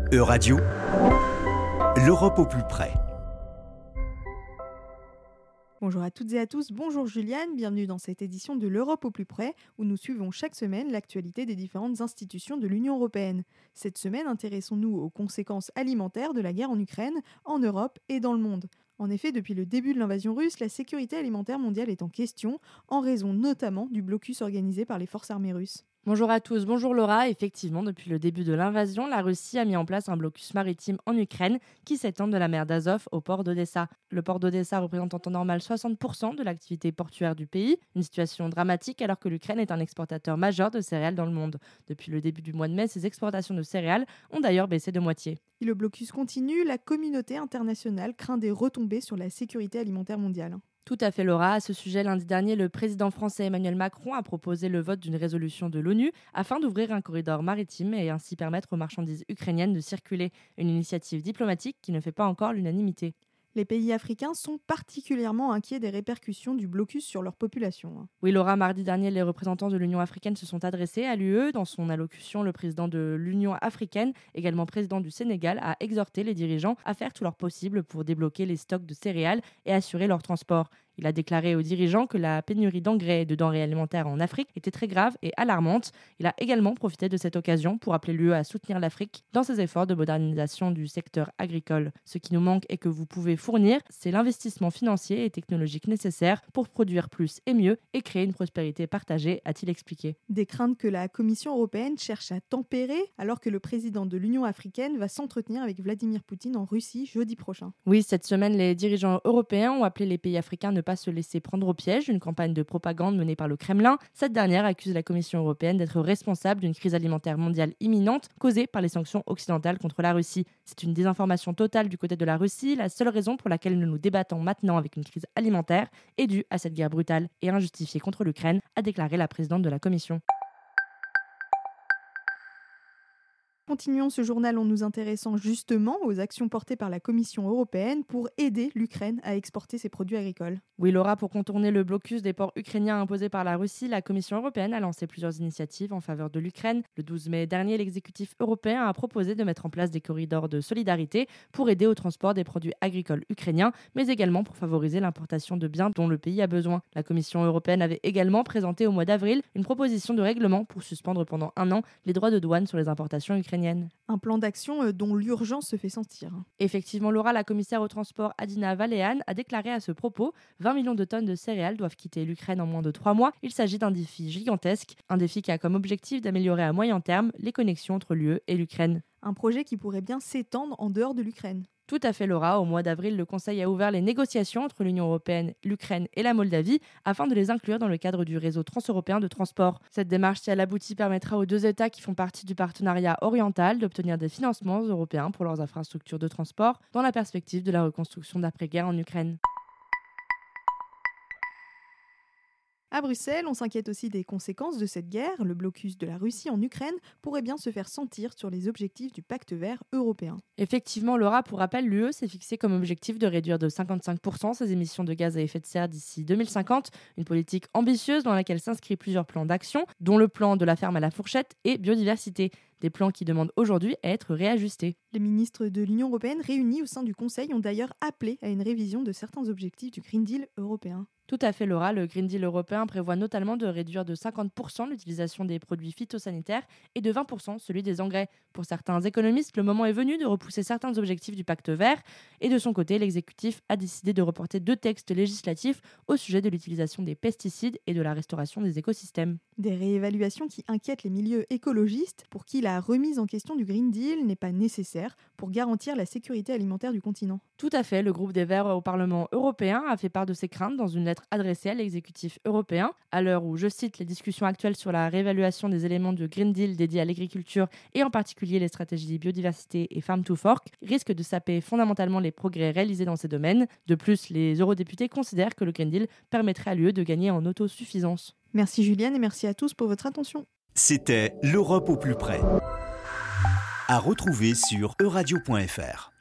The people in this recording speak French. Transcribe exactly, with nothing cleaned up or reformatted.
Euradio, l'Europe au plus près. Bonjour à toutes et à tous, bonjour Juliane, bienvenue dans cette édition de l'Europe au plus près où nous suivons chaque semaine l'actualité des différentes institutions de l'Union européenne. Cette semaine, intéressons-nous aux conséquences alimentaires de la guerre en Ukraine, en Europe et dans le monde. En effet, depuis le début de l'invasion russe, la sécurité alimentaire mondiale est en question, en raison notamment du blocus organisé par les forces armées russes. Bonjour à tous, bonjour Laura. Effectivement, depuis le début de l'invasion, la Russie a mis en place un blocus maritime en Ukraine qui s'étend de la mer d'Azov au port d'Odessa. Le port d'Odessa représente en temps normal soixante pour cent de l'activité portuaire du pays, une situation dramatique alors que l'Ukraine est un exportateur majeur de céréales dans le monde. Depuis le début du mois de mai, ses exportations de céréales ont d'ailleurs baissé de moitié. Si le blocus continue, la communauté internationale craint des retombées sur la sécurité alimentaire mondiale. Tout à fait Laura. À ce sujet, lundi dernier, le président français Emmanuel Macron a proposé le vote d'une résolution de l'ONU afin d'ouvrir un corridor maritime et ainsi permettre aux marchandises ukrainiennes de circuler. Une initiative diplomatique qui ne fait pas encore l'unanimité. Les pays africains sont particulièrement inquiets des répercussions du blocus sur leur population. Oui Laura, mardi dernier, les représentants de l'Union africaine se sont adressés à l'U E. Dans son allocution, le président de l'Union africaine, également président du Sénégal, a exhorté les dirigeants à faire tout leur possible pour débloquer les stocks de céréales et assurer leur transport. Il a déclaré aux dirigeants que la pénurie d'engrais et de denrées alimentaires en Afrique était très grave et alarmante. Il a également profité de cette occasion pour appeler l'U E à soutenir l'Afrique dans ses efforts de modernisation du secteur agricole. Ce qui nous manque et que vous pouvez fournir, c'est l'investissement financier et technologique nécessaire pour produire plus et mieux et créer une prospérité partagée, a-t-il expliqué. Des craintes que la Commission européenne cherche à tempérer alors que le président de l'Union africaine va s'entretenir avec Vladimir Poutine en Russie jeudi prochain. Oui, cette semaine, les dirigeants européens ont appelé les pays africains à ne pas se laisser prendre au piège d'une campagne de propagande menée par le Kremlin. Cette dernière accuse la Commission européenne d'être responsable d'une crise alimentaire mondiale imminente causée par les sanctions occidentales contre la Russie. C'est une désinformation totale du côté de la Russie. La seule raison pour laquelle nous nous débattons maintenant avec une crise alimentaire est due à cette guerre brutale et injustifiée contre l'Ukraine, a déclaré la présidente de la Commission. Continuons ce journal en nous intéressant justement aux actions portées par la Commission européenne pour aider l'Ukraine à exporter ses produits agricoles. Oui Laura, pour contourner le blocus des ports ukrainiens imposé par la Russie, la Commission européenne a lancé plusieurs initiatives en faveur de l'Ukraine. Le douze mai dernier, l'exécutif européen a proposé de mettre en place des corridors de solidarité pour aider au transport des produits agricoles ukrainiens, mais également pour favoriser l'importation de biens dont le pays a besoin. La Commission européenne avait également présenté au mois d'avril une proposition de règlement pour suspendre pendant un an les droits de douane sur les importations ukrainiennes. Un plan d'action dont l'urgence se fait sentir. Effectivement, Laura, la commissaire au transport Adina Valean a déclaré à ce propos vingt millions de tonnes de céréales doivent quitter l'Ukraine en moins de trois mois. Il s'agit d'un défi gigantesque, un défi qui a comme objectif d'améliorer à moyen terme les connexions entre l'U E et l'Ukraine. Un projet qui pourrait bien s'étendre en dehors de l'Ukraine. Tout à fait Laura, au mois d'avril, le Conseil a ouvert les négociations entre l'Union européenne, l'Ukraine et la Moldavie afin de les inclure dans le cadre du réseau transeuropéen de transport. Cette démarche, si elle aboutit, permettra aux deux États qui font partie du partenariat oriental d'obtenir des financements européens pour leurs infrastructures de transport dans la perspective de la reconstruction d'après-guerre en Ukraine. À Bruxelles, on s'inquiète aussi des conséquences de cette guerre. Le blocus de la Russie en Ukraine pourrait bien se faire sentir sur les objectifs du pacte vert européen. Effectivement, Laura, pour rappel, l'U E s'est fixé comme objectif de réduire de cinquante-cinq pour cent ses émissions de gaz à effet de serre d'ici deux mille cinquante. Une politique ambitieuse dans laquelle s'inscrivent plusieurs plans d'action, dont le plan de la ferme à la fourchette et biodiversité. Des plans qui demandent aujourd'hui à être réajustés. Les ministres de l'Union européenne réunis au sein du Conseil ont d'ailleurs appelé à une révision de certains objectifs du Green Deal européen. Tout à fait Laura, le Green Deal européen prévoit notamment de réduire de cinquante pour cent l'utilisation des produits phytosanitaires et de vingt pour cent celui des engrais. Pour certains économistes, le moment est venu de repousser certains objectifs du pacte vert et de son côté, l'exécutif a décidé de reporter deux textes législatifs au sujet de l'utilisation des pesticides et de la restauration des écosystèmes. Des réévaluations qui inquiètent les milieux écologistes pour qui la remise en question du Green Deal n'est pas nécessaire pour garantir la sécurité alimentaire du continent. Tout à fait, le groupe des Verts au Parlement européen a fait part de ses craintes dans une lettre adressée à l'exécutif européen. À l'heure où, je cite, les discussions actuelles sur la réévaluation des éléments du Green Deal dédiés à l'agriculture et en particulier les stratégies biodiversité et Farm to Fork risquent de saper fondamentalement les progrès réalisés dans ces domaines. De plus, les eurodéputés considèrent que le Green Deal permettrait à l'U E de gagner en autosuffisance. Merci Juliane et merci à tous pour votre attention. C'était l'Europe au plus près. À retrouver sur euradio point f r.